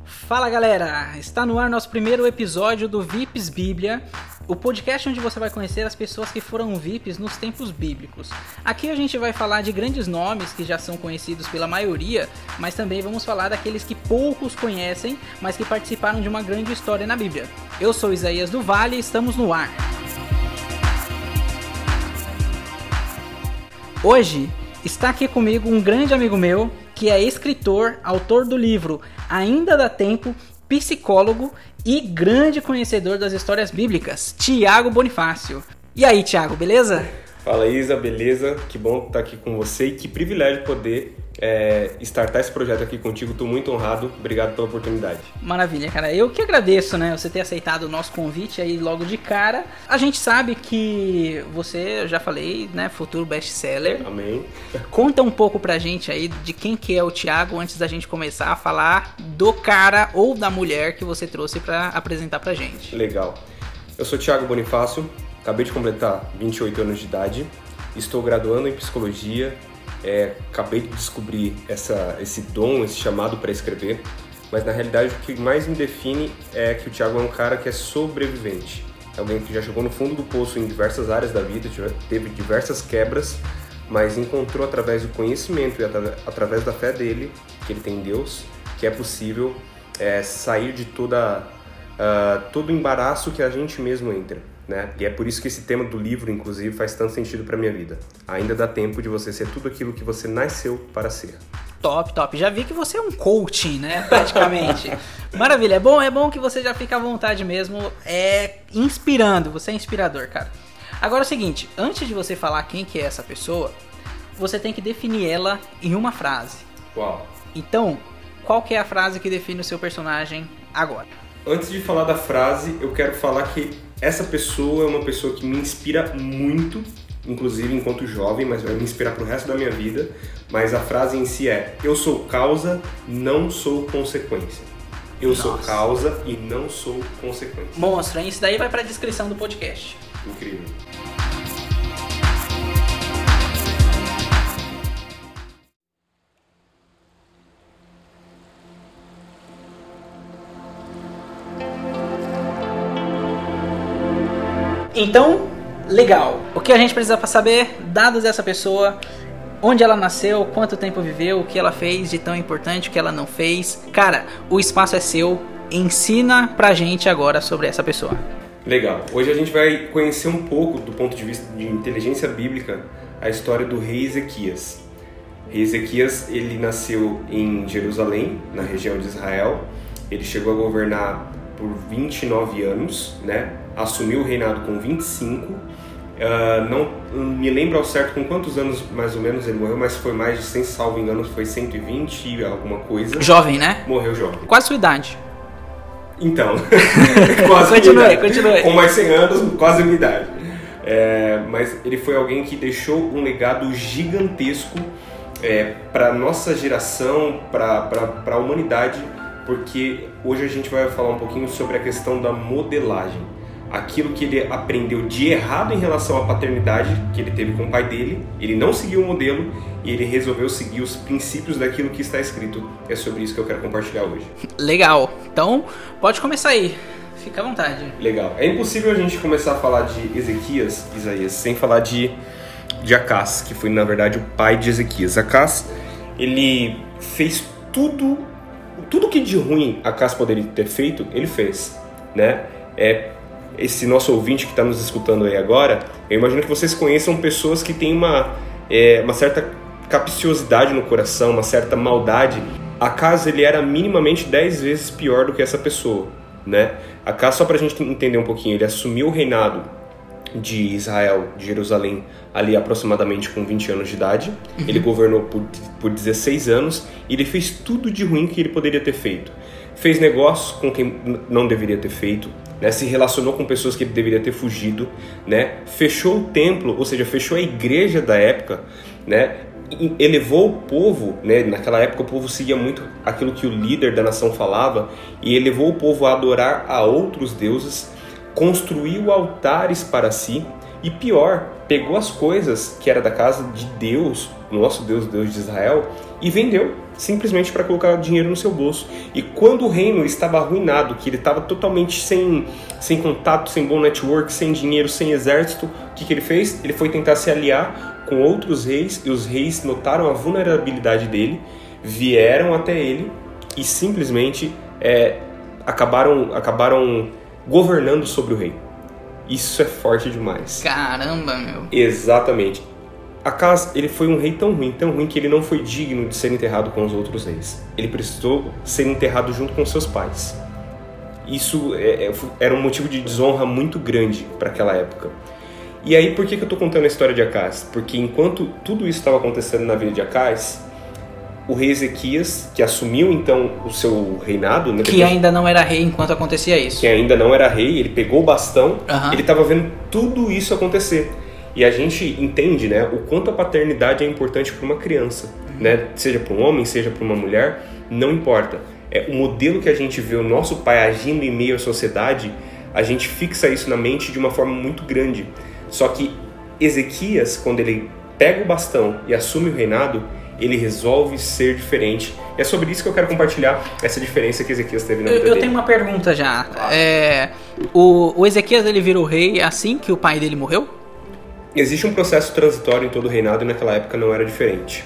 Fala galera, está no ar nosso primeiro episódio do VIPs Bíblia, o podcast onde você vai conhecer as pessoas que foram VIPs nos tempos bíblicos. Aqui a gente vai falar de grandes nomes que já são conhecidos pela maioria, mas também vamos falar daqueles que poucos conhecem, mas que participaram de uma grande história na Bíblia. Eu sou Isaías do Vale e estamos no ar. Hoje está aqui comigo um grande amigo meu, que é escritor, autor do livro Ainda Dá Tempo, psicólogo e grande conhecedor das histórias bíblicas, Tiago Bonifácio. E aí, Tiago, beleza? Fala, Isa, beleza? Que bom estar aqui com você e que privilégio poder startar esse projeto aqui contigo. Estou muito honrado, obrigado pela oportunidade. Maravilha, cara. Eu que agradeço, né, você ter aceitado o nosso convite aí logo de cara. A gente sabe que você, eu já falei, né, futuro best-seller. Amém. Conta um pouco pra gente aí de quem que é o Tiago antes da gente começar a falar do cara ou da mulher que você trouxe pra apresentar pra gente. Legal. Eu sou Tiago Bonifácio, acabei de completar 28 anos de idade, estou graduando em psicologia. Acabei de descobrir esse dom, esse chamado para escrever, mas na realidade o que mais me define é que o Tiago é um cara que é sobrevivente. É alguém que já chegou no fundo do poço em diversas áreas da vida, teve diversas quebras, mas encontrou através do conhecimento e através da fé dele, que ele tem em Deus, que é possível sair de todo o embaraço que a gente mesmo entra. Né? E é por isso que esse tema do livro, inclusive, faz tanto sentido para minha vida. Ainda dá tempo de você ser tudo aquilo que você nasceu para ser. Top. Já vi que você é um coaching, né? Praticamente. Maravilha. É bom que você já fica à vontade mesmo. Inspirando. Você é inspirador, cara. Agora é o seguinte. Antes de você falar quem que é essa pessoa, você tem que definir ela em uma frase. Uau. Então, qual que é a frase que define o seu personagem agora? Antes de falar da frase, eu quero falar que essa pessoa é uma pessoa que me inspira muito, inclusive enquanto jovem, mas vai me inspirar pro resto da minha vida. Mas a frase em si é: eu sou causa, não sou consequência. Eu sou causa e não sou consequência. Monstro, hein? Isso daí vai pra descrição do podcast. Incrível. Então, legal. O que a gente precisa para saber, dados dessa pessoa, onde ela nasceu, quanto tempo viveu, o que ela fez de tão importante, o que ela não fez. Cara, o espaço é seu. Ensina pra gente agora sobre essa pessoa. Legal. Hoje a gente vai conhecer um pouco, do ponto de vista de inteligência bíblica, a história do rei Ezequias. Rei Ezequias, ele nasceu em Jerusalém, na região de Israel. Ele chegou a governar por 29 anos, né? Assumiu o reinado com 25. Não me lembro ao certo com quantos anos mais ou menos ele morreu, mas foi mais de 100, salvo engano, foi 120 alguma coisa. Jovem, né? Morreu jovem. Quase sua idade. Então, quase continue. Com mais 100 anos, quase a minha idade. Mas ele foi alguém que deixou um legado gigantesco para nossa geração, para a humanidade, porque hoje a gente vai falar um pouquinho sobre a questão da modelagem. Aquilo que ele aprendeu de errado em relação à paternidade que ele teve com o pai dele, ele não seguiu o modelo e ele resolveu seguir os princípios daquilo que está escrito. É sobre isso que eu quero compartilhar hoje. Legal, então pode começar aí, fica à vontade. Legal, é impossível a gente começar a falar de Ezequias, Isaías, sem falar de Acás, que foi na verdade o pai de Ezequias. Acás, ele fez tudo que de ruim Acás poderia ter feito, ele fez, né? Esse nosso ouvinte que está nos escutando aí agora, eu imagino que vocês conheçam pessoas que têm uma certa capciosidade no coração, uma certa maldade. Acás, ele era minimamente 10 vezes pior do que essa pessoa, né? Acás, só para a gente entender um pouquinho, ele assumiu o reinado de Israel, de Jerusalém, ali aproximadamente com 20 anos de idade. Ele governou por 16 anos e ele fez tudo de ruim que ele poderia ter feito. Fez negócios com quem não deveria ter feito, né? Se relacionou com pessoas que ele deveria ter fugido, né? Fechou o templo, ou seja, fechou a igreja da época, né? Elevou o povo, né? Naquela época o povo seguia muito aquilo que o líder da nação falava, e elevou o povo a adorar a outros deuses, construiu altares para si, e pior, pegou as coisas que era da casa de Deus, nosso Deus, Deus de Israel, e vendeu, simplesmente para colocar dinheiro no seu bolso. E quando o reino estava arruinado, que ele estava totalmente sem contato, sem bom network, sem dinheiro, sem exército, o que ele fez? Ele foi tentar se aliar com outros reis, e os reis notaram a vulnerabilidade dele, vieram até ele e simplesmente acabaram governando sobre o rei. Isso é forte demais. Caramba, meu. Exatamente. Acas, ele foi um rei tão ruim, que ele não foi digno de ser enterrado com os outros reis. Ele precisou ser enterrado junto com seus pais. Isso era um motivo de desonra muito grande para aquela época. E aí, por que eu estou contando a história de Acas? Porque enquanto tudo isso estava acontecendo na vida de Acas, o rei Ezequias, que assumiu então o seu reinado... Né, que ainda não era rei enquanto acontecia isso. Que ainda não era rei, ele pegou o bastão, ele estava vendo tudo isso acontecer. E a gente entende, né, o quanto a paternidade é importante para uma criança, né? Seja para um homem, seja para uma mulher, não importa. O modelo que a gente vê o nosso pai agindo em meio à sociedade, a gente fixa isso na mente de uma forma muito grande. Só que Ezequias, quando ele pega o bastão e assume o reinado, ele resolve ser diferente. E é sobre isso que eu quero compartilhar essa diferença que Ezequias teve na vida dele. Eu tenho uma pergunta já. Claro. O Ezequias, ele virou rei assim que o pai dele morreu? Existe um processo transitório em todo o reinado e naquela época não era diferente.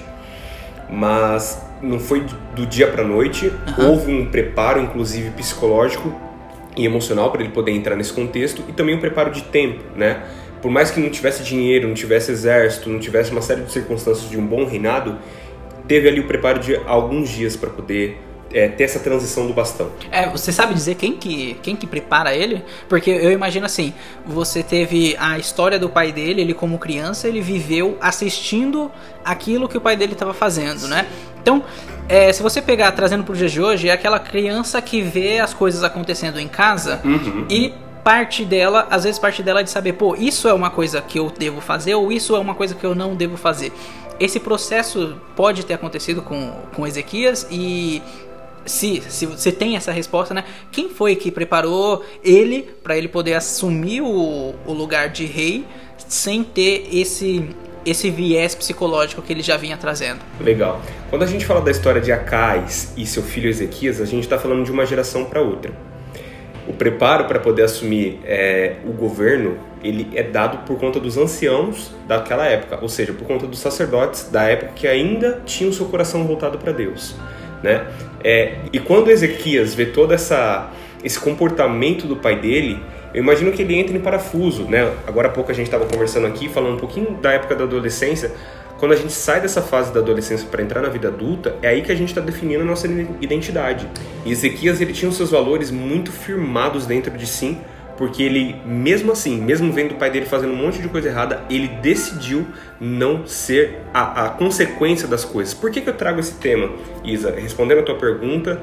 Mas não foi do dia para a noite. Houve um preparo, inclusive psicológico e emocional, para ele poder entrar nesse contexto, e também um preparo de tempo, né? Por mais que não tivesse dinheiro, não tivesse exército, não tivesse uma série de circunstâncias de um bom reinado, teve ali o preparo de alguns dias para poder ter essa transição do bastão. Você sabe dizer quem que prepara ele? Porque eu imagino assim, você teve a história do pai dele, ele como criança, ele viveu assistindo aquilo que o pai dele estava fazendo, né? Então, se você pegar, trazendo para o dia de hoje, é aquela criança que vê as coisas acontecendo em casa e parte dela é de saber, pô, isso é uma coisa que eu devo fazer ou isso é uma coisa que eu não devo fazer. Esse processo pode ter acontecido com Ezequias, e se você tem essa resposta, né? Quem foi que preparou ele para ele poder assumir o lugar de rei sem ter esse viés psicológico que ele já vinha trazendo? Legal. Quando a gente fala da história de Acais e seu filho Ezequias, a gente está falando de uma geração para outra. O preparo para poder assumir o governo, ele é dado por conta dos anciãos daquela época, ou seja, por conta dos sacerdotes da época que ainda tinham seu coração voltado para Deus, né? E quando Ezequias vê todo esse comportamento do pai dele, eu imagino que ele entra em parafuso, né? Agora há pouco a gente estava conversando aqui, falando um pouquinho da época da adolescência. Quando a gente sai dessa fase da adolescência para entrar na vida adulta, é aí que a gente está definindo a nossa identidade. E Ezequias, ele tinha os seus valores muito firmados dentro de si, porque ele, mesmo assim, mesmo vendo o pai dele fazendo um monte de coisa errada, ele decidiu não ser a consequência das coisas. Por que eu trago esse tema, Isa? Respondendo a tua pergunta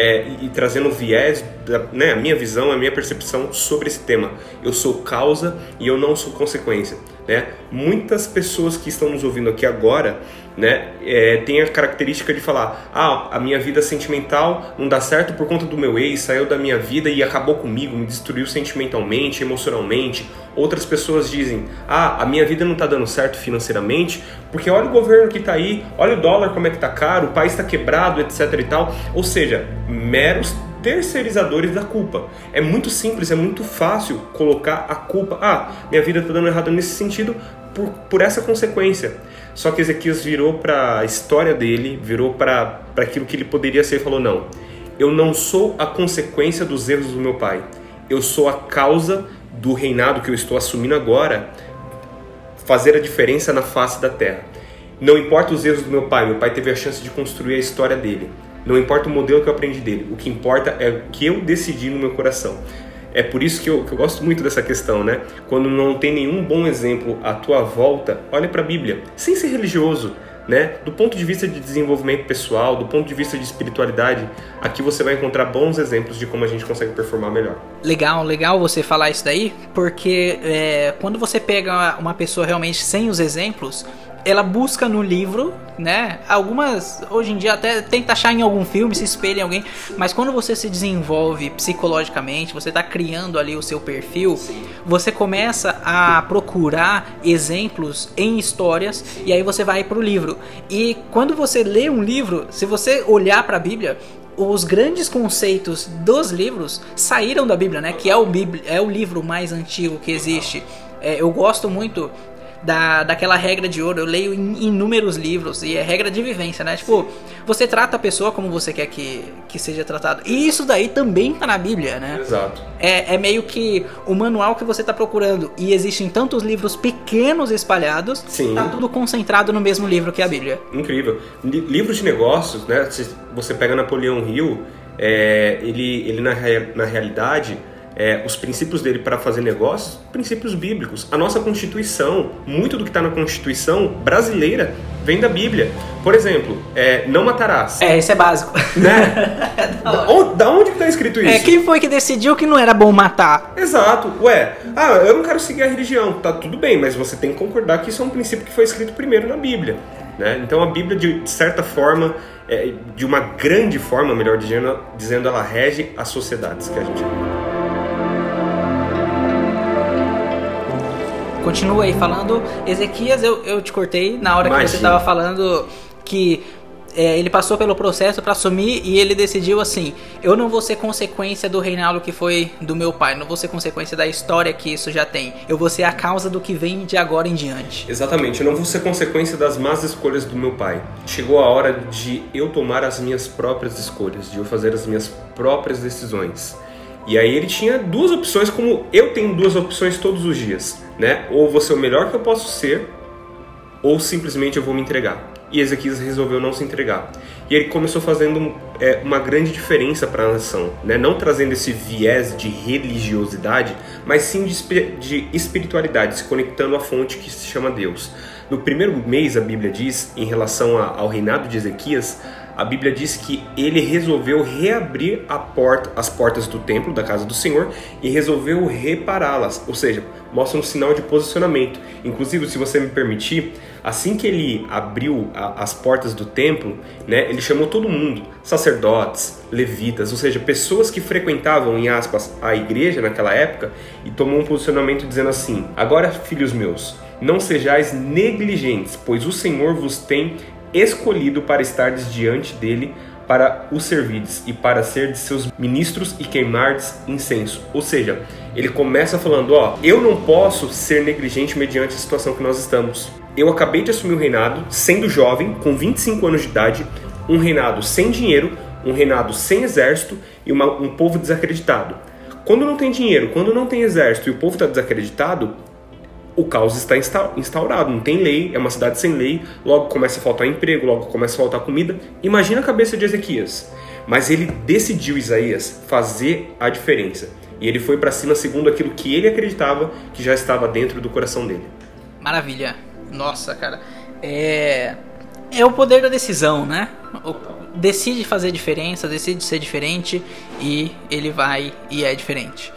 e trazendo o viés, né, a minha visão, a minha percepção sobre esse tema. Eu sou causa e eu não sou consequência. Né? Muitas pessoas que estão nos ouvindo aqui agora, né, têm a característica de falar: a minha vida sentimental não dá certo por conta do meu ex, saiu da minha vida e acabou comigo, me destruiu sentimentalmente, emocionalmente. Outras pessoas dizem: a minha vida não está dando certo financeiramente porque olha o governo que está aí, olha o dólar como é que está caro, o país está quebrado, etc e tal. Ou seja, meros terceirizadores da culpa. É muito simples, é muito fácil colocar a culpa. Minha vida está dando errado nesse sentido por essa consequência. Só que Ezequias virou para a história dele, virou para aquilo que ele poderia ser e falou: não, eu não sou a consequência dos erros do meu pai. Eu sou a causa do reinado que eu estou assumindo agora fazer a diferença na face da terra. Não importa os erros do meu pai teve a chance de construir a história dele. Não importa o modelo que eu aprendi dele, o que importa é o que eu decidi no meu coração. É por isso que eu gosto muito dessa questão, né? Quando não tem nenhum bom exemplo à tua volta, olha para a Bíblia, sem ser religioso, né? Do ponto de vista de desenvolvimento pessoal, do ponto de vista de espiritualidade, aqui você vai encontrar bons exemplos de como a gente consegue performar melhor. Legal você falar isso daí, porque quando você pega uma pessoa realmente sem os exemplos, ela busca no livro, né? Algumas, hoje em dia, até tenta achar em algum filme, se espelha em alguém, mas quando você se desenvolve psicologicamente, você tá criando ali o seu perfil, você começa a procurar exemplos em histórias, e aí você vai pro livro. E quando você lê um livro, se você olhar para a Bíblia, os grandes conceitos dos livros saíram da Bíblia, né? Que é o livro mais antigo que existe. Eu gosto muito daquela regra de ouro. Eu leio em inúmeros livros e é regra de vivência, né? Tipo, você trata a pessoa como você quer que seja tratado. E isso daí também tá na Bíblia, né? Exato. É meio que o manual que você tá procurando. E existem tantos livros pequenos espalhados. Sim. Tá tudo concentrado no mesmo livro que é a Bíblia. Incrível. Livros de negócios, né? Você pega Napoleão Hill, ele na realidade... os princípios dele para fazer negócios, princípios bíblicos. A nossa Constituição, muito do que está na Constituição brasileira vem da Bíblia. Por exemplo, não matarás. Isso é básico. Né? Da onde que está escrito isso? Quem foi que decidiu que não era bom matar? Exato. Eu não quero seguir a religião. Tá tudo bem, mas você tem que concordar que isso é um princípio que foi escrito primeiro na Bíblia. Né? Então a Bíblia, de certa forma, de uma grande forma, melhor dizendo, ela rege as sociedades que a gente vive. Continua aí falando. Ezequias, eu te cortei na hora que você estava falando que ele passou pelo processo para assumir e ele decidiu assim: eu não vou ser consequência do reinado que foi do meu pai, não vou ser consequência da história que isso já tem, eu vou ser a causa do que vem de agora em diante. Exatamente, eu não vou ser consequência das más escolhas do meu pai. Chegou a hora de eu tomar as minhas próprias escolhas, de eu fazer as minhas próprias decisões. E aí ele tinha duas opções, como eu tenho duas opções todos os dias, né? Ou vou ser o melhor que eu posso ser, ou simplesmente eu vou me entregar. E Ezequias resolveu não se entregar. E ele começou fazendo uma grande diferença para a nação, né? Não trazendo esse viés de religiosidade, mas sim de espiritualidade, se conectando à fonte que se chama Deus. No primeiro mês, a Bíblia diz, em relação ao reinado de Ezequias, a Bíblia diz que ele resolveu reabrir as portas do templo, da casa do Senhor, e resolveu repará-las, ou seja, mostra um sinal de posicionamento. Inclusive, se você me permitir, assim que ele abriu as portas do templo, né, ele chamou todo mundo, sacerdotes, levitas, ou seja, pessoas que frequentavam, em aspas, a igreja naquela época, e tomou um posicionamento dizendo assim: agora, filhos meus, não sejais negligentes, pois o Senhor vos tem escolhido para estardes diante dele, para o servirdes e para serdes seus ministros e queimardes incenso. Ou seja, ele começa falando: eu não posso ser negligente mediante a situação que nós estamos. Eu acabei de assumir o reinado, sendo jovem, com 25 anos de idade, um reinado sem dinheiro, um reinado sem exército e um povo desacreditado. Quando não tem dinheiro, quando não tem exército e o povo está desacreditado, o caos está instaurado, não tem lei, é uma cidade sem lei, logo começa a faltar emprego, logo começa a faltar comida. Imagina a cabeça de Ezequias. Mas ele decidiu, Isaías, fazer a diferença. E ele foi para cima segundo aquilo que ele acreditava que já estava dentro do coração dele. Maravilha. Nossa, cara. É o poder da decisão, né? Decide fazer diferença, decide ser diferente e ele vai e é diferente.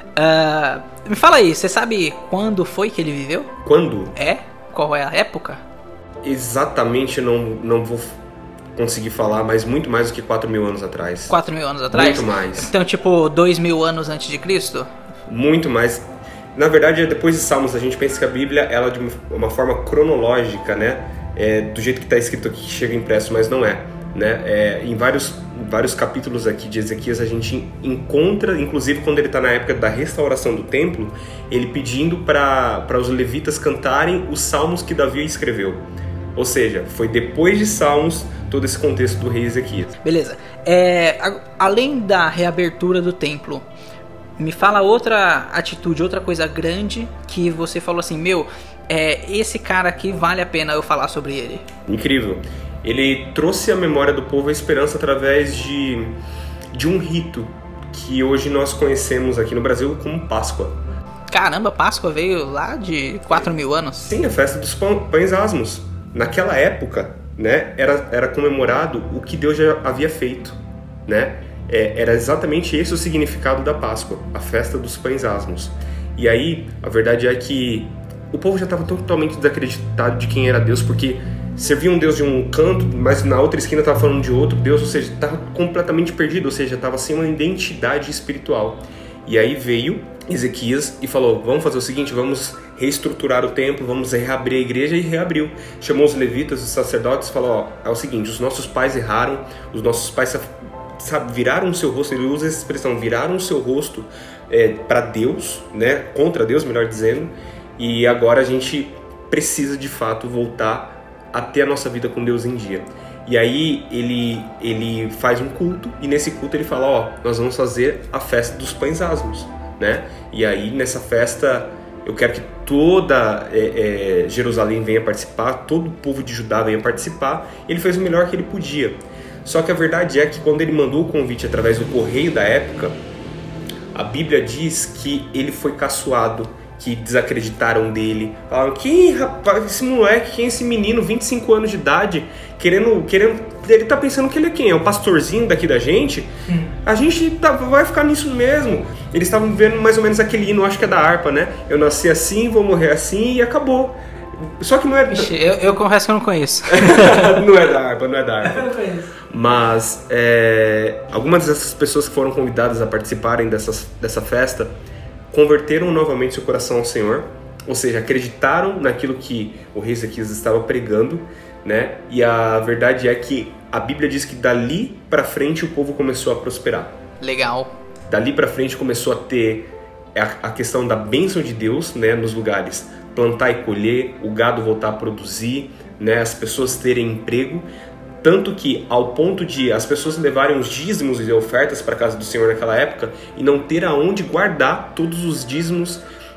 Me fala aí, você sabe quando foi que ele viveu? Quando? Qual é a época? Exatamente, não vou conseguir falar, mas muito mais do que 4.000 anos atrás. 4.000 anos atrás? Muito mais. Então, tipo, 2.000 anos antes de Cristo? Muito mais. Na verdade, depois de Salmos, a gente pensa que a Bíblia, ela de uma forma cronológica, né? Do jeito que está escrito aqui, que chega impresso, mas não é. Né? Em vários capítulos aqui de Ezequias a gente encontra, inclusive quando ele está na época da restauração do templo, ele pedindo para os levitas cantarem os salmos que Davi escreveu. Ou seja, foi depois de Salmos todo esse contexto do rei Ezequias. Beleza. Além da reabertura do templo, me fala outra atitude, outra coisa grande que você falou assim: esse cara aqui vale a pena eu falar sobre ele. Incrível. Ele trouxe à memória do povo a esperança através de um rito que hoje nós conhecemos aqui no Brasil como Páscoa. Caramba, Páscoa veio lá de 4.000 anos? Sim, a festa dos pães asmos. Naquela época, né, era comemorado o que Deus já havia feito, né? Era exatamente esse o significado da Páscoa, a festa dos pães asmos. E aí, a verdade é que o povo já estava totalmente desacreditado de quem era Deus, porque servia um Deus de um canto, mas na outra esquina estava falando de outro Deus, ou seja, estava completamente perdido, ou seja, estava sem uma identidade espiritual. E aí veio Ezequias e falou, vamos fazer o seguinte, vamos reestruturar o templo, vamos reabrir a igreja, e reabriu. Chamou os levitas, os sacerdotes, e falou, é o seguinte, os nossos pais erraram, os nossos pais viraram o seu rosto, ele usa essa expressão, viraram o seu rosto para Deus, né, contra Deus, melhor dizendo, e agora a gente precisa de fato voltar a ter a nossa vida com Deus em dia. E aí ele faz um culto, e nesse culto ele fala, nós vamos fazer a festa dos pães asmos, né? E aí nessa festa eu quero que toda Jerusalém venha participar, todo o povo de Judá venha participar. Ele fez o melhor que ele podia. Só que a verdade é que quando ele mandou o convite através do correio da época, a Bíblia diz que ele foi caçoado, que desacreditaram dele. Falaram, quem rapaz, esse moleque, quem é esse menino, 25 anos de idade, querendo, ele tá pensando que ele é quem? É o pastorzinho daqui da gente? A gente vai ficar nisso mesmo. Eles estavam vendo mais ou menos aquele hino, acho que é da harpa, né? Eu nasci assim, vou morrer assim e acabou. Só que não é... Ixi, eu confesso que eu não conheço. Não é da harpa. Eu não conheço. Mas algumas dessas pessoas que foram convidadas a participarem dessa festa converteram novamente seu coração ao Senhor, ou seja, acreditaram naquilo que o rei Ezequias estava pregando, né? E a verdade é que a Bíblia diz que dali para frente o povo começou a prosperar. Legal. Dali para frente começou a ter a questão da bênção de Deus, né, nos lugares, plantar e colher, o gado voltar a produzir, né, as pessoas terem emprego. Tanto que, ao ponto de as pessoas levarem os dízimos e ofertas para a casa do Senhor naquela época e não ter aonde guardar todos os dízimos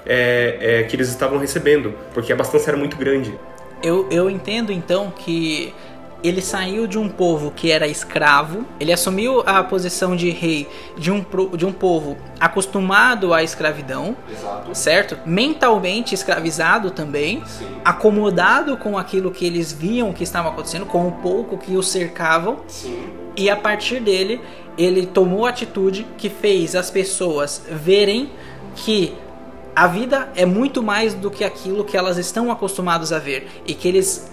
que eles estavam recebendo, porque a abastança era muito grande. Eu entendo, então, que ele saiu de um povo que era escravo, ele assumiu a posição de rei de um povo acostumado à escravidão. Exato. Certo? Mentalmente escravizado também. Sim. Acomodado com aquilo que eles viam que estava acontecendo, com o pouco que os cercavam. Sim. E a partir dele, ele tomou a atitude que fez as pessoas verem que a vida é muito mais do que aquilo que elas estão acostumados a ver, e que eles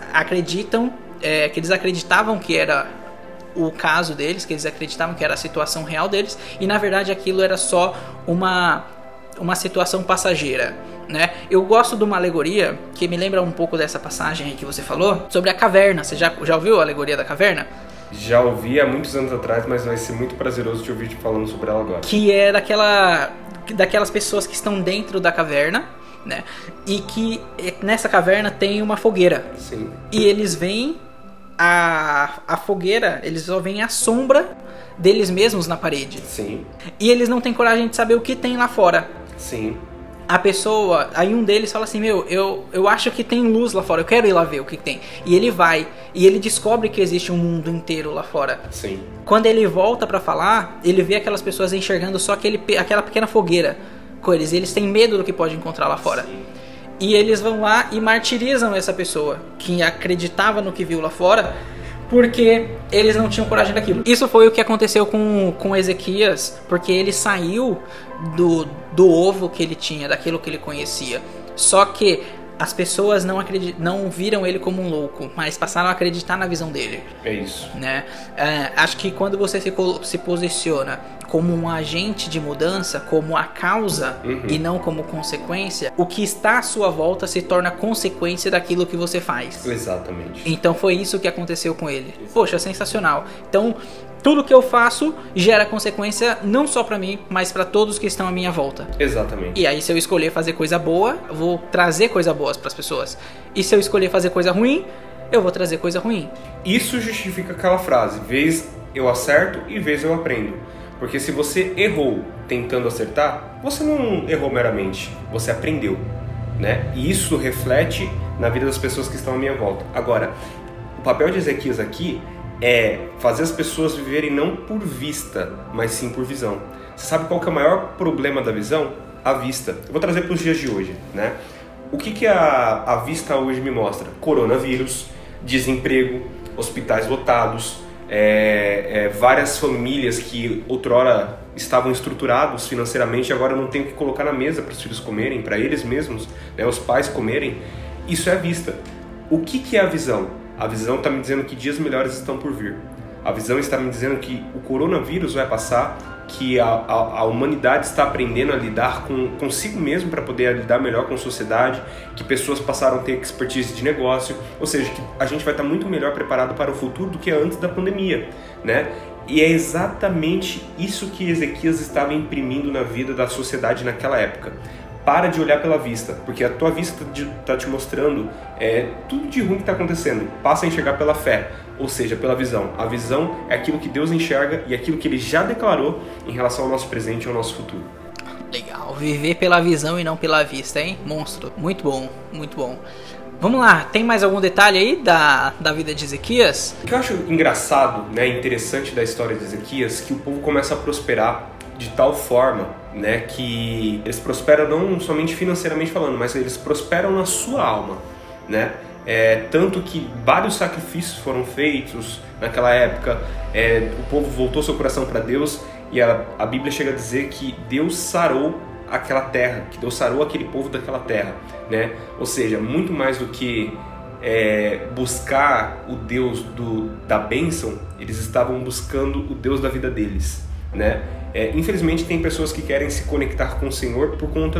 acreditavam que era o caso deles, que eles acreditavam que era a situação real deles, e na verdade aquilo era só uma situação passageira, né? Eu gosto de uma alegoria que me lembra um pouco dessa passagem aí que você falou, sobre a caverna. Você já ouviu a alegoria da caverna? Já ouvi há muitos anos atrás, mas vai ser muito prazeroso te ouvir falando sobre ela agora. Que é daquelas pessoas que estão dentro da caverna, né? E que nessa caverna tem uma fogueira. Sim. E eles veem a fogueira, eles só veem a sombra deles mesmos na parede. Sim. E eles não têm coragem de saber o que tem lá fora. Sim. A pessoa, aí um deles fala assim, eu acho que tem luz lá fora, eu quero ir lá ver o que tem. E ele vai, e ele descobre que existe um mundo inteiro lá fora. Sim. Quando ele volta pra falar, ele vê aquelas pessoas enxergando só aquela pequena fogueira com eles. E eles têm medo do que pode encontrar lá fora. Sim. E eles vão lá e martirizam essa pessoa que acreditava no que viu lá fora, porque eles não tinham coragem daquilo. Isso foi o que aconteceu com Ezequias, porque ele saiu do ovo que ele tinha, daquilo que ele conhecia. Só que as pessoas não viram ele como um louco, mas passaram a acreditar na visão dele. É isso. Né? Acho que quando você se posiciona como um agente de mudança, como a causa e não como consequência, o que está à sua volta se torna consequência daquilo que você faz. Exatamente. Então foi isso que aconteceu com ele. Poxa, sensacional. Então, tudo que eu faço gera consequência não só pra mim, mas pra todos que estão à minha volta. Exatamente. E aí, se eu escolher fazer coisa boa, eu vou trazer coisa boa pras pessoas. E se eu escolher fazer coisa ruim, eu vou trazer coisa ruim. Isso justifica aquela frase, vez eu acerto e vez eu aprendo. Porque se você errou tentando acertar, você não errou meramente, você aprendeu, né? E isso reflete na vida das pessoas que estão à minha volta. Agora, o papel de Ezequias aqui é fazer as pessoas viverem não por vista, mas sim por visão. Você sabe qual que é o maior problema da visão? A vista. Eu vou trazer para os dias de hoje, né? O que a vista hoje me mostra? Coronavírus, desemprego, hospitais lotados, várias famílias que outrora estavam estruturados financeiramente e agora não tem o que colocar na mesa para os filhos comerem, para eles mesmos, né, os pais comerem. Isso é a vista. O que é a visão? A visão está me dizendo que dias melhores estão por vir. A visão está me dizendo que o coronavírus vai passar, que a humanidade está aprendendo a lidar consigo mesmo para poder lidar melhor com a sociedade, que pessoas passaram a ter expertise de negócio, ou seja, que a gente vai estar muito melhor preparado para o futuro do que antes da pandemia, né? E é exatamente isso que Ezequias estava imprimindo na vida da sociedade naquela época. Para de olhar pela vista, porque a tua vista está te mostrando tudo de ruim que está acontecendo. Passa a enxergar pela fé, ou seja, pela visão. A visão é aquilo que Deus enxerga e aquilo que Ele já declarou em relação ao nosso presente e ao nosso futuro. Legal, viver pela visão e não pela vista, hein? Monstro, muito bom, muito bom. Vamos lá, tem mais algum detalhe aí da vida de Ezequias? O que eu acho engraçado, né, interessante da história de Ezequias, que o povo começa a prosperar de tal forma, né, que eles prosperam não somente financeiramente falando, mas eles prosperam na sua alma, né? Tanto que vários sacrifícios foram feitos naquela época, o povo voltou seu coração para Deus e a Bíblia chega a dizer que Deus sarou aquela terra, que Deus sarou aquele povo daquela terra, né? Ou seja, muito mais do que buscar o Deus da bênção, eles estavam buscando o Deus da vida deles, né? Infelizmente tem pessoas que querem se conectar com o Senhor por conta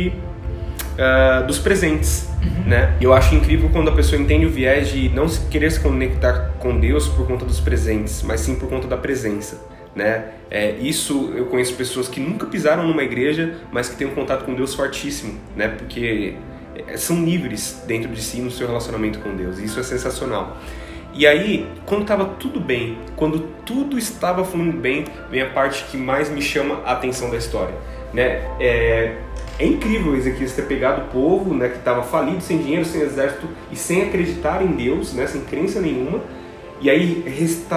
dos presentes, né? Eu acho incrível quando a pessoa entende o viés de não querer se conectar com Deus por conta dos presentes, mas sim por conta da presença, né? Isso eu conheço pessoas que nunca pisaram numa igreja, mas que têm um contato com Deus fortíssimo, né? Porque são livres dentro de si no seu relacionamento com Deus, e isso é sensacional. E aí, quando estava tudo bem, quando tudo estava fluindo bem, vem a parte que mais me chama a atenção da história, né? É incrível Ezequias ter pegado o povo, né, que estava falido, sem dinheiro, sem exército e sem acreditar em Deus, né, sem crença nenhuma. E aí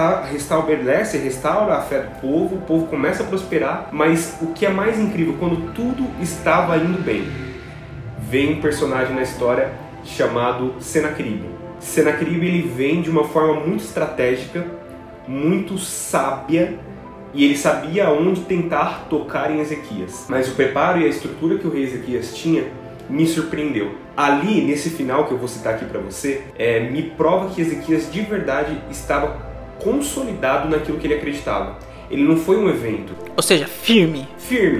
restaura a fé do povo, o povo começa a prosperar. Mas o que é mais incrível, quando tudo estava indo bem, vem um personagem na história chamado Senaqueribe. Senaqueribe, ele vem de uma forma muito estratégica, muito sábia, e ele sabia aonde tentar tocar em Ezequias. Mas o preparo e a estrutura que o rei Ezequias tinha me surpreendeu. Ali, nesse final que eu vou citar aqui para você, me prova que Ezequias de verdade estava consolidado naquilo que ele acreditava. Ele não foi um evento. Ou seja, firme.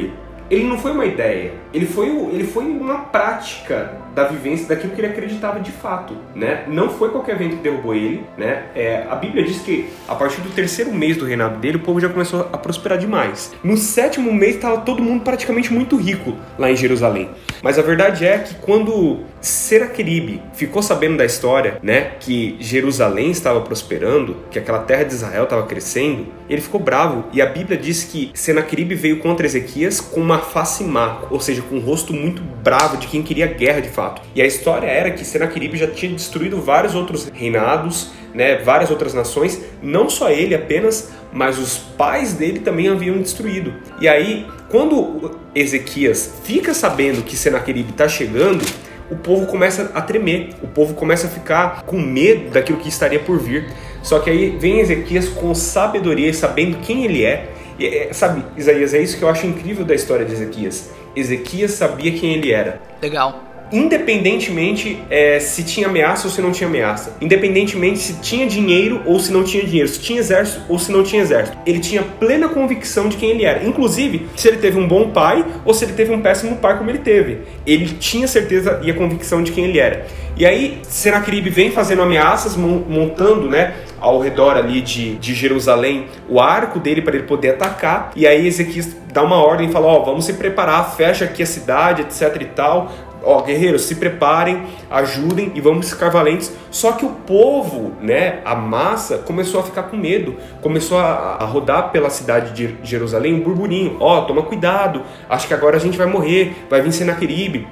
Ele não foi uma ideia, ele foi uma prática da vivência daquilo que ele acreditava de fato, né? Não foi qualquer evento que derrubou ele, né? A Bíblia diz que a partir do 3º mês do reinado dele, o povo já começou a prosperar demais. No 7º mês estava todo mundo praticamente muito rico lá em Jerusalém. Mas a verdade é que quando Senaqueribe ficou sabendo da história, né, que Jerusalém estava prosperando, que aquela terra de Israel estava crescendo, ele ficou bravo. E a Bíblia diz que Senaqueribe veio contra Ezequias com uma face má, ou seja, com um rosto muito bravo de quem queria guerra de fato. E a história era que Senaqueribe já tinha destruído vários outros reinados, né, várias outras nações, não só ele apenas, mas os pais dele também haviam destruído. E aí, quando Ezequias fica sabendo que Senaqueribe está chegando, o povo começa a tremer, o povo começa a ficar com medo daquilo que estaria por vir. Só que aí vem Ezequias com sabedoria, sabendo quem ele é. E, sabe, Isaías, é isso que eu acho incrível da história de Ezequias. Ezequias sabia quem ele era. Legal. Independentemente se tinha ameaça ou se não tinha ameaça, independentemente se tinha dinheiro ou se não tinha dinheiro, se tinha exército ou se não tinha exército, ele tinha plena convicção de quem ele era, inclusive se ele teve um bom pai ou se ele teve um péssimo pai como ele teve, ele tinha certeza e a convicção de quem ele era. E aí Senaqueribe vem fazendo ameaças, montando, né, ao redor ali de Jerusalém o arco dele para ele poder atacar, e aí Ezequias dá uma ordem e fala, vamos se preparar, fecha aqui a cidade, etc e tal. Guerreiros, se preparem, ajudem e vamos ficar valentes. Só que o povo, né, a massa, começou a ficar com medo. Começou a rodar pela cidade de Jerusalém um burburinho. Toma cuidado, acho que agora a gente vai morrer, vai vir Senaqueribe.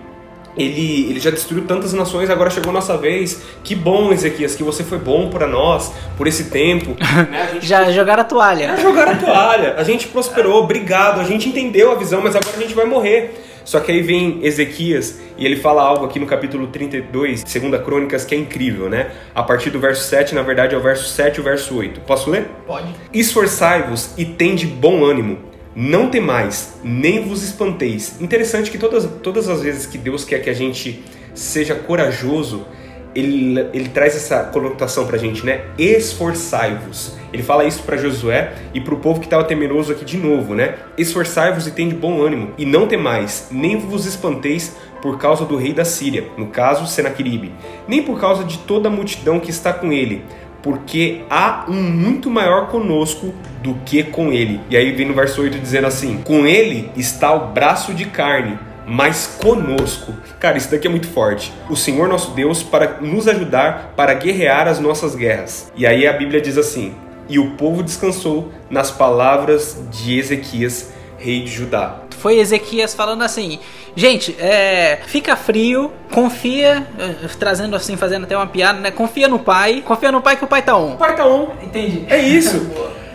Ele já destruiu tantas nações, agora chegou a nossa vez. Que bom, Ezequias, que você foi bom para nós por esse tempo. Né? Já jogaram a toalha. Jogaram a toalha. A gente prosperou, obrigado. A gente entendeu a visão, mas agora a gente vai morrer. Só que aí vem Ezequias e ele fala algo aqui no capítulo 32, 2 Crônicas, que é incrível, né? A partir do verso 7, na verdade é o verso 7 e o verso 8. Posso ler? Pode. Esforçai-vos e tende bom ânimo. Não temais, nem vos espanteis. Interessante que todas as vezes que Deus quer que a gente seja corajoso, ele traz essa conotação pra gente, né? Esforçai-vos. Ele fala isso para Josué e para o povo que estava temeroso aqui de novo, né? Esforçai-vos e tende bom ânimo, e não temais, nem vos espanteis por causa do rei da Síria, no caso Senaqueribe, nem por causa de toda a multidão que está com ele, porque há um muito maior conosco do que com ele. E aí vem no verso 8 dizendo assim: com ele está o braço de carne, mas conosco. Cara, isso daqui é muito forte. O Senhor nosso Deus para nos ajudar para guerrear as nossas guerras. E aí a Bíblia diz assim: e o povo descansou nas palavras de Ezequias, rei de Judá. Foi Ezequias falando assim: gente, fica frio, confia, trazendo assim, fazendo até uma piada, né? Confia no pai que o pai tá on. O pai tá on. Entendi. É isso.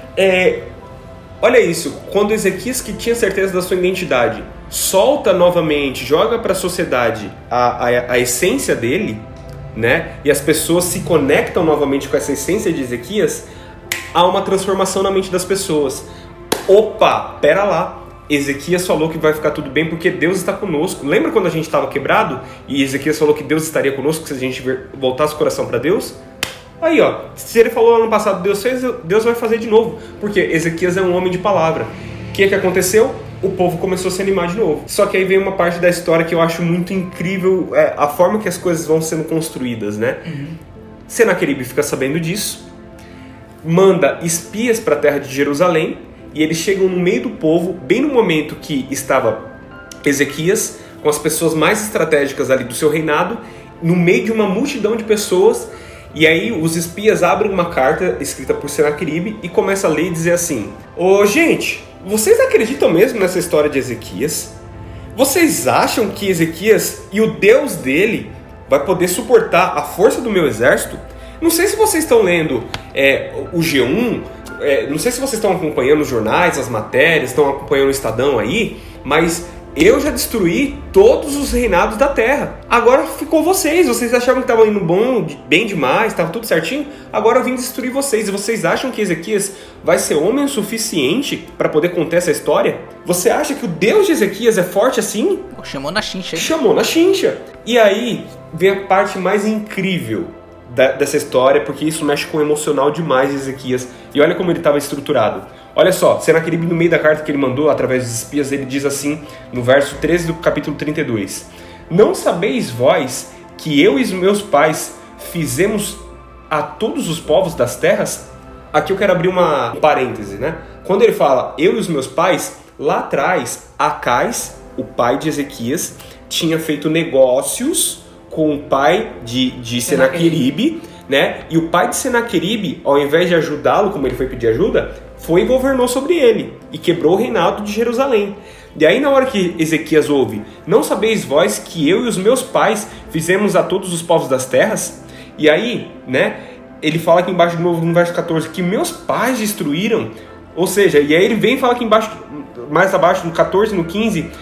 Olha isso, quando Ezequias, que tinha certeza da sua identidade, solta novamente, joga para a sociedade a essência dele, né? E as pessoas se conectam novamente com essa essência de Ezequias, há uma transformação na mente das pessoas. Opa, pera lá. Ezequias falou que vai ficar tudo bem porque Deus está conosco. Lembra quando a gente estava quebrado e Ezequias falou que Deus estaria conosco se a gente voltasse o coração para Deus? Aí, ó, se ele falou ano passado Deus fez, Deus vai fazer de novo, porque Ezequias é um homem de palavra. O que aconteceu? O povo começou a se animar de novo. Só que aí vem uma parte da história que eu acho muito incrível, a forma que as coisas vão sendo construídas, né? Senaqueribe fica sabendo disso, manda espias para a terra de Jerusalém, e eles chegam no meio do povo, bem no momento que estava Ezequias, com as pessoas mais estratégicas ali do seu reinado, no meio de uma multidão de pessoas. E aí os espias abrem uma carta escrita por Senaqueribe e começam a ler e dizer assim: ô gente, vocês acreditam mesmo nessa história de Ezequias? Vocês acham que Ezequias e o Deus dele vai poder suportar a força do meu exército? Não sei se vocês estão lendo o G1, não sei se vocês estão acompanhando os jornais, as matérias, estão acompanhando o Estadão aí, mas eu já destruí todos os reinados da terra. Agora ficou vocês achavam que estavam indo bem demais, estava tudo certinho, agora eu vim destruir vocês. E vocês acham que Ezequias vai ser homem o suficiente para poder contar essa história? Você acha que o Deus de Ezequias é forte assim? Chamou na chincha. Chamou na chincha. E aí vem a parte mais incrível dessa história, porque isso mexe com o emocional demais de Ezequias. E olha como ele estava estruturado. Olha só, Senaqueribe, no meio da carta que ele mandou através dos espias, ele diz assim, no verso 13 do capítulo 32: não sabeis vós que eu e os meus pais fizemos a todos os povos das terras? Aqui eu quero abrir uma parêntese, né? Quando ele fala eu e os meus pais, lá atrás, Acais, o pai de Ezequias, tinha feito negócios com o pai de Senaqueribe, né? E o pai de Senaqueribe, ao invés de ajudá-lo, como ele foi pedir ajuda, foi e governou sobre ele e quebrou o reinado de Jerusalém. E aí na hora que Ezequias ouve: não sabeis vós que eu e os meus pais fizemos a todos os povos das terras? E aí, né, ele fala aqui embaixo de novo no verso 14 que meus pais destruíram. Ou seja, e aí ele vem e fala aqui embaixo, mais abaixo no 14 e no 15,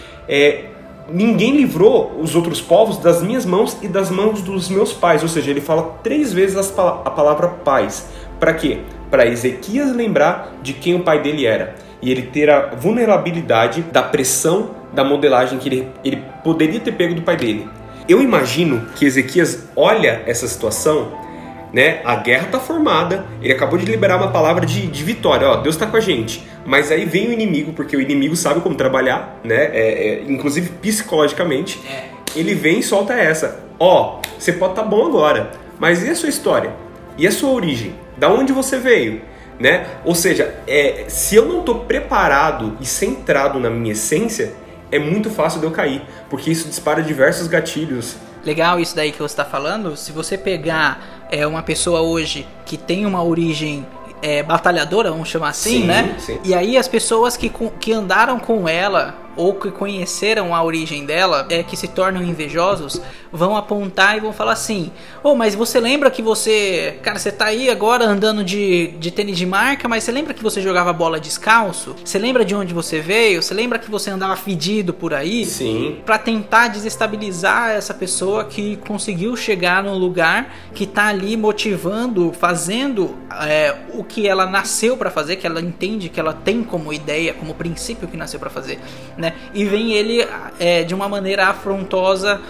ninguém livrou os outros povos das minhas mãos e das mãos dos meus pais. Ou seja, ele fala 3 vezes a palavra pais. Para quê? Para Ezequias lembrar de quem o pai dele era. E ele ter a vulnerabilidade da pressão da modelagem que ele poderia ter pego do pai dele. Eu imagino que Ezequias olha essa situação, né? A guerra está formada, ele acabou de liberar uma palavra de vitória. Ó, Deus está com a gente. Mas aí vem o inimigo, porque o inimigo sabe como trabalhar, né? Inclusive psicologicamente. Ele vem e solta essa: ó, você pode estar bom agora, mas e a sua história? E a sua origem? Da onde você veio? Né? Ou seja, se eu não estou preparado e centrado na minha essência, é muito fácil de eu cair, porque isso dispara diversos gatilhos. Legal isso daí que você está falando. Se você pegar uma pessoa hoje que tem uma origem batalhadora, vamos chamar assim, sim, né? Sim. E aí as pessoas que andaram com ela ou que conheceram a origem dela, que se tornam invejosos, vão apontar e vão falar assim: mas você lembra que você tá aí agora andando de tênis de marca, mas você lembra que você jogava bola descalço? Você lembra de onde você veio? Você lembra que você andava fedido por aí? Sim. Pra tentar desestabilizar essa pessoa que conseguiu chegar num lugar, que tá ali motivando, fazendo o que ela nasceu pra fazer, que ela entende, que ela tem como ideia, como princípio que nasceu pra fazer, né? E vem ele de uma maneira afrontosa,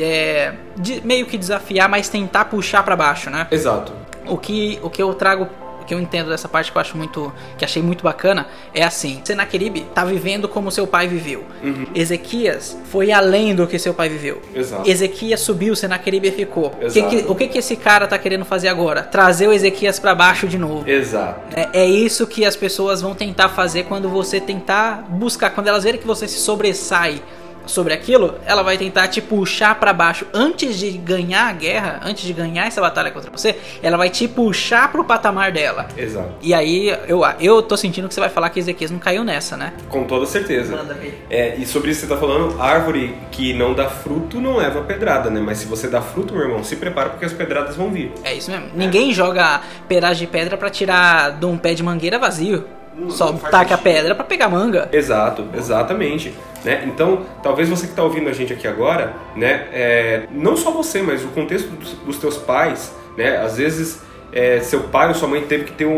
de meio que desafiar, mas tentar puxar pra baixo, né? Exato. O que eu trago, o que eu entendo dessa parte que eu acho que achei muito bacana, é assim: Senaqueribe tá vivendo como seu pai viveu. Ezequias foi além do que seu pai viveu. Exato. Ezequias subiu, Senaqueribe ficou. Exato. O que esse cara tá querendo fazer agora? Trazer o Ezequias pra baixo de novo. Exato. É isso que as pessoas vão tentar fazer quando você tentar buscar, quando elas verem que você se sobressai sobre aquilo, ela vai tentar te puxar pra baixo. Antes de ganhar a guerra, antes de ganhar essa batalha contra você, ela vai te puxar pro patamar dela. Exato. E aí eu tô sentindo que você vai falar que Ezequias não caiu nessa, né? Com toda certeza. Manda ver. E sobre isso que você tá falando, árvore que não dá fruto não leva pedrada, né? Mas se você dá fruto, meu irmão, se prepara porque as pedradas vão vir. É isso mesmo. Ninguém joga pedaço de pedra pra tirar de um pé de mangueira vazio. Só taca a pedra pra pegar manga. Exato, exatamente. Né? Então, talvez você que está ouvindo a gente aqui agora, né, não só você, mas o contexto dos teus pais, né, às vezes seu pai ou sua mãe teve que ter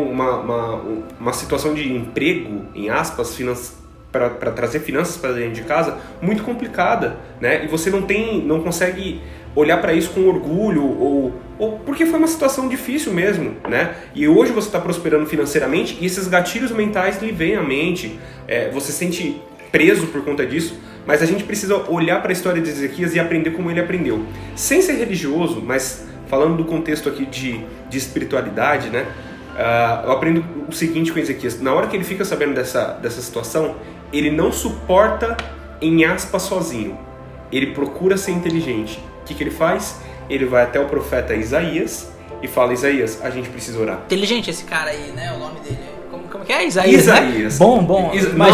uma situação de emprego, em aspas, para trazer finanças para dentro de casa, muito complicada, né? E você não consegue olhar para isso com orgulho ou porque foi uma situação difícil mesmo, né? E hoje você está prosperando financeiramente e esses gatilhos mentais lhe vêm à mente, você se sente preso por conta disso, mas a gente precisa olhar para a história de Ezequias e aprender como ele aprendeu. Sem ser religioso, mas falando do contexto aqui de espiritualidade, né? Eu aprendo o seguinte com Ezequias: na hora que ele fica sabendo dessa situação, ele não suporta, em aspas, sozinho. Ele procura ser inteligente. O que ele faz? Ele vai até o profeta Isaías e fala: Isaías, a gente precisa orar. Inteligente esse cara aí, né? O nome dele. Como que é? Isaías, né? Bom.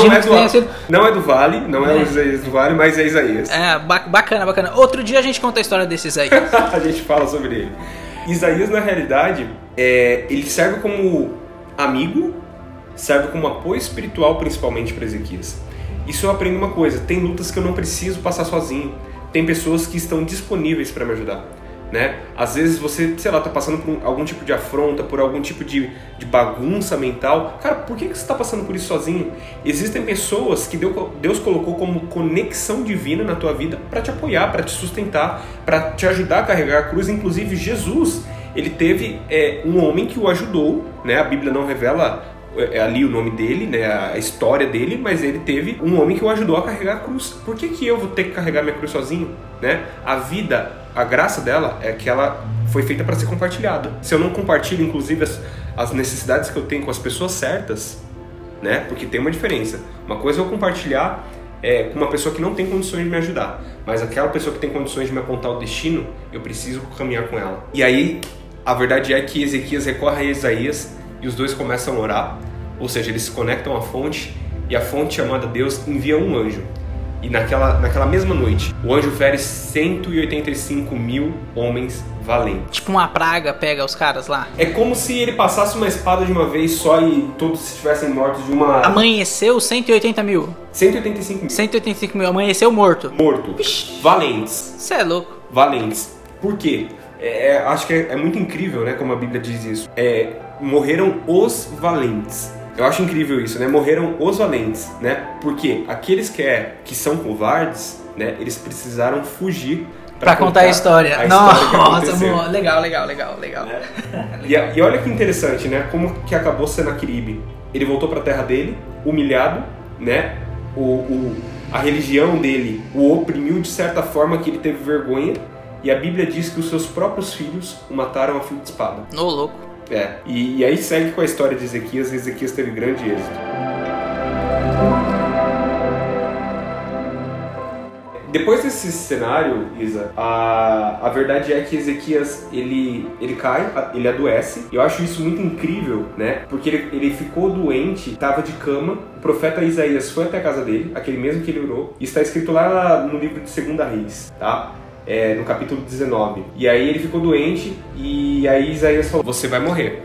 Não é do Vale, não é o Isaías do Vale, mas é Isaías. Bacana. Outro dia a gente conta a história desse Isaías. A gente fala sobre ele. Isaías, na realidade, ele serve como amigo, serve como apoio espiritual, principalmente para Ezequias. Isso eu aprendo uma coisa: tem lutas que eu não preciso passar sozinho. Tem pessoas que estão disponíveis para me ajudar, né? Às vezes você, sei lá, tá passando por algum tipo de afronta, por algum tipo de bagunça mental. Cara, por que você está passando por isso sozinho? Existem pessoas que Deus colocou como conexão divina na tua vida para te apoiar, para te sustentar, para te ajudar a carregar a cruz. Inclusive Jesus, ele teve um homem que o ajudou, né? A Bíblia não revela ali o nome dele, né, a história dele, mas ele teve um homem que o ajudou a carregar a cruz. Por que eu vou ter que carregar minha cruz sozinho, né? A vida, a graça dela é que ela foi feita para ser compartilhada. Se eu não compartilho, inclusive, as necessidades que eu tenho com as pessoas certas, né, porque tem uma diferença. Uma coisa é eu compartilhar com uma pessoa que não tem condições de me ajudar, mas aquela pessoa que tem condições de me apontar o destino, eu preciso caminhar com ela. E aí, a verdade é que Ezequias recorre a Isaías e os dois começam a orar, ou seja, eles se conectam à fonte, e a fonte chamada Deus envia um anjo. E naquela mesma noite, o anjo fere 185 mil homens valentes. Tipo uma praga pega os caras lá. É como se ele passasse uma espada de uma vez só e todos estivessem mortos de uma... Amanheceu 180 mil. 185 mil. 185 mil, amanheceu morto. Morto. Valentes. Você é louco. Valentes. Por quê? Acho que é muito incrível, né, como a Bíblia diz isso. Morreram os valentes. Eu acho incrível isso, né? Morreram os valentes, né? Porque aqueles que são covardes, né, eles precisaram fugir pra contar a história. Nossa, boa. Legal. E olha que interessante, né? Como que acabou Senaqueribe. Ele voltou pra terra dele, humilhado, né? A religião dele o oprimiu de certa forma que ele teve vergonha. E a Bíblia diz que os seus próprios filhos o mataram a fio de espada. Ô, louco. E aí segue com a história de Ezequias, e Ezequias teve grande êxito. Depois desse cenário, Isa, a verdade é que Ezequias, ele cai, ele adoece. Eu acho isso muito incrível, né? Porque ele ficou doente, estava de cama. O profeta Isaías foi até a casa dele, aquele mesmo que ele orou. E está escrito lá no livro de 2 Reis, tá? No capítulo 19. E aí ele ficou doente e aí Isaías falou: você vai morrer.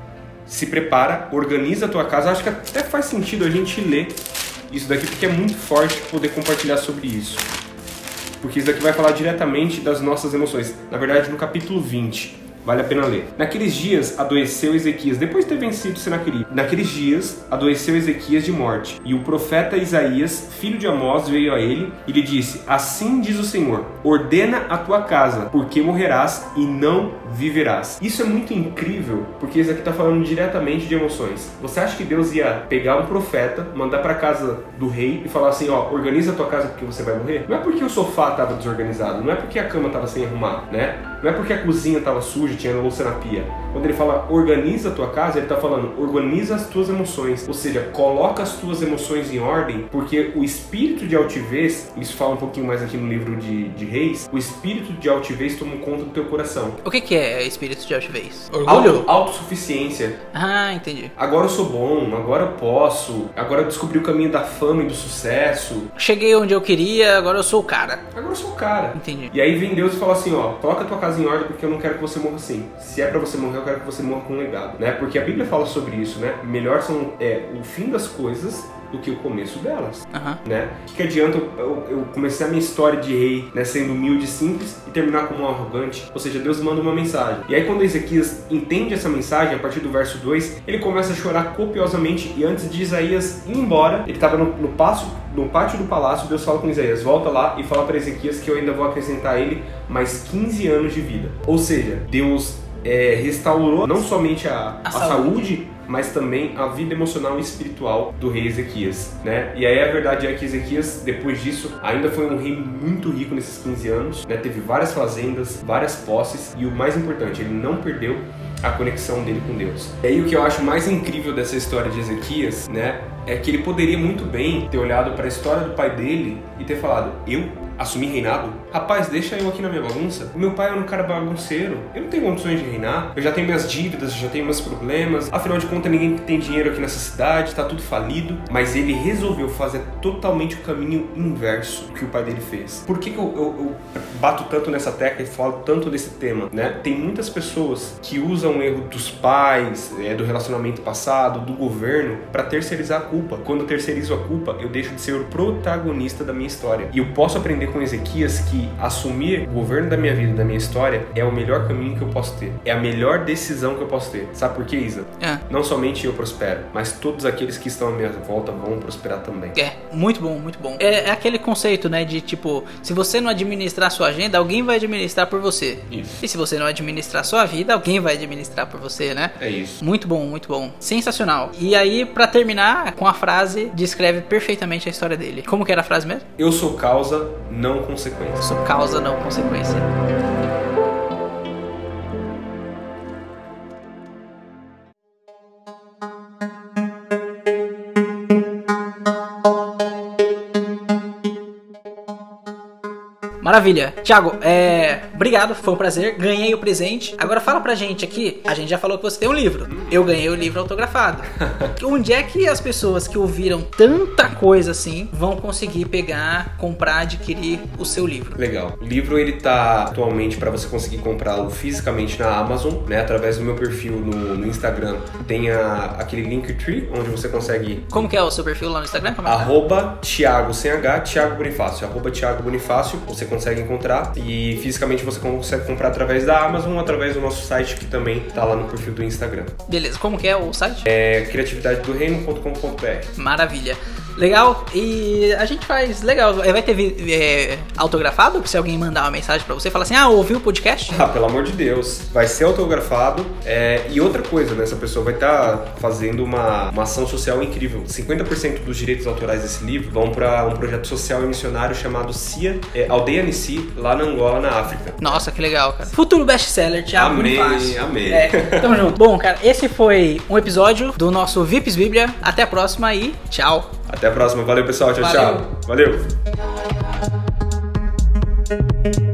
Se prepara, organiza a tua casa. Acho que até faz sentido a gente ler isso daqui, porque é muito forte poder compartilhar sobre isso. Porque isso daqui vai falar diretamente das nossas emoções. Na verdade, no capítulo 20. Vale a pena ler. Naqueles dias adoeceu Ezequias, depois de ter vencido Senaqueribe. Naqueles dias adoeceu Ezequias de morte. E o profeta Isaías, filho de Amós, veio a ele e lhe disse: assim diz o Senhor, ordena a tua casa, porque morrerás e não viverás. Isso é muito incrível, porque isso aqui está falando diretamente de emoções. Você acha que Deus ia pegar um profeta, mandar para casa do rei e falar assim: ó, organiza a tua casa porque você vai morrer? Não é porque o sofá estava desorganizado, não é porque a cama estava sem arrumar, né? Não é porque a cozinha estava suja, tinha louça na pia. Quando ele fala organiza a tua casa, ele está falando organiza as tuas emoções. Ou seja, coloca as tuas emoções em ordem, porque o espírito de altivez, isso fala um pouquinho mais aqui no livro de Reis, o espírito de altivez toma conta do teu coração. O que é espírito de altivez? Orgulho? Autossuficiência. Ah, entendi. Agora eu sou bom, agora eu posso, agora eu descobri o caminho da fama e do sucesso. Cheguei onde eu queria, agora eu sou o cara. Agora eu sou o cara. Entendi. E aí vem Deus e fala assim: ó, coloca a tua casa em ordem porque eu não quero que você morra assim. Se é pra você morrer, eu quero que você morra com um legado, né? Porque a Bíblia fala sobre isso, né? Melhor são o fim das coisas do que o começo delas, né? O que adianta eu começar a minha história de rei, né, sendo humilde e simples e terminar como um arrogante? Ou seja, Deus manda uma mensagem. E aí quando Ezequias entende essa mensagem, a partir do verso 2, ele começa a chorar copiosamente e antes de Isaías ir embora, ele estava no pátio do palácio, Deus fala com Isaías: volta lá e fala para Ezequias que eu ainda vou acrescentar a ele mais 15 anos de vida. Ou seja, Deus restaurou não somente a saúde, mas também a vida emocional e espiritual do rei Ezequias, né? E aí a verdade é que Ezequias, depois disso, ainda foi um rei muito rico nesses 15 anos, né? Teve várias fazendas, várias posses e o mais importante, ele não perdeu a conexão dele com Deus. E aí o que eu acho mais incrível dessa história de Ezequias, né, é que ele poderia muito bem ter olhado para a história do pai dele e ter falado: eu assumir reinado? Rapaz, deixa eu aqui na minha bagunça. O meu pai é um cara bagunceiro. Eu não tenho condições de reinar. Eu já tenho minhas dívidas, eu já tenho meus problemas. Afinal de contas, ninguém tem dinheiro aqui nessa cidade, tá tudo falido. Mas ele resolveu fazer totalmente o caminho inverso do que o pai dele fez. Por que eu bato tanto nessa tecla e falo tanto desse tema, né? Tem muitas pessoas que usam o erro dos pais, do relacionamento passado, do governo, para terceirizar a culpa. Quando eu terceirizo a culpa, eu deixo de ser o protagonista da minha história. E eu posso aprender com Ezequias que assumir o governo da minha vida, da minha história, é o melhor caminho que eu posso ter. É a melhor decisão que eu posso ter. Sabe por quê, Isa? Não somente eu prospero, mas todos aqueles que estão à minha volta vão prosperar também. Muito bom, muito bom. É aquele conceito, né, de tipo, se você não administrar a sua agenda, alguém vai administrar por você. Isso. E se você não administrar a sua vida, alguém vai administrar por você, né? É isso. Muito bom, muito bom. Sensacional. E aí, pra terminar, com a frase, descreve perfeitamente a história dele. Como que era a frase mesmo? Eu sou causa, não consequência. Sou causa, não consequência. Maravilha. Thiago, obrigado, foi um prazer. Ganhei o presente. Agora fala pra gente aqui, a gente já falou que você tem um livro. Eu ganhei o livro autografado. Onde é que as pessoas que ouviram tanta coisa assim vão conseguir pegar, comprar, adquirir o seu livro? Legal. O livro, ele tá atualmente para você conseguir comprá-lo fisicamente na Amazon, né? Através do meu perfil no Instagram. Tem aquele Linktree, onde você consegue... Como que é o seu perfil lá no Instagram? @Thiago, sem H, Thiago Bonifácio. @Thiago Bonifácio, você consegue encontrar. E fisicamente você consegue comprar através da Amazon ou através do nosso site, que também tá lá no perfil do Instagram. Beleza. Como que é o site? criatividadedoreino.com.br. Maravilha. Legal. E a gente faz... Legal. Vai ter autografado? Se alguém mandar uma mensagem pra você, fala assim: ouviu o podcast? Pelo amor de Deus. Vai ser autografado. E outra coisa, né? Essa pessoa vai estar fazendo uma ação social incrível. 50% dos direitos autorais desse livro vão para um projeto social e missionário chamado CIA, Aldeia Nissi, lá na Angola, na África. Nossa, que legal, cara. Futuro best-seller, Thiago Bonifácio. Amém. Tamo junto. Bom, cara, esse foi um episódio do nosso VIPs Bíblia. Até a próxima e tchau. Até a próxima. Valeu, pessoal. Tchau. Valeu. Tchau.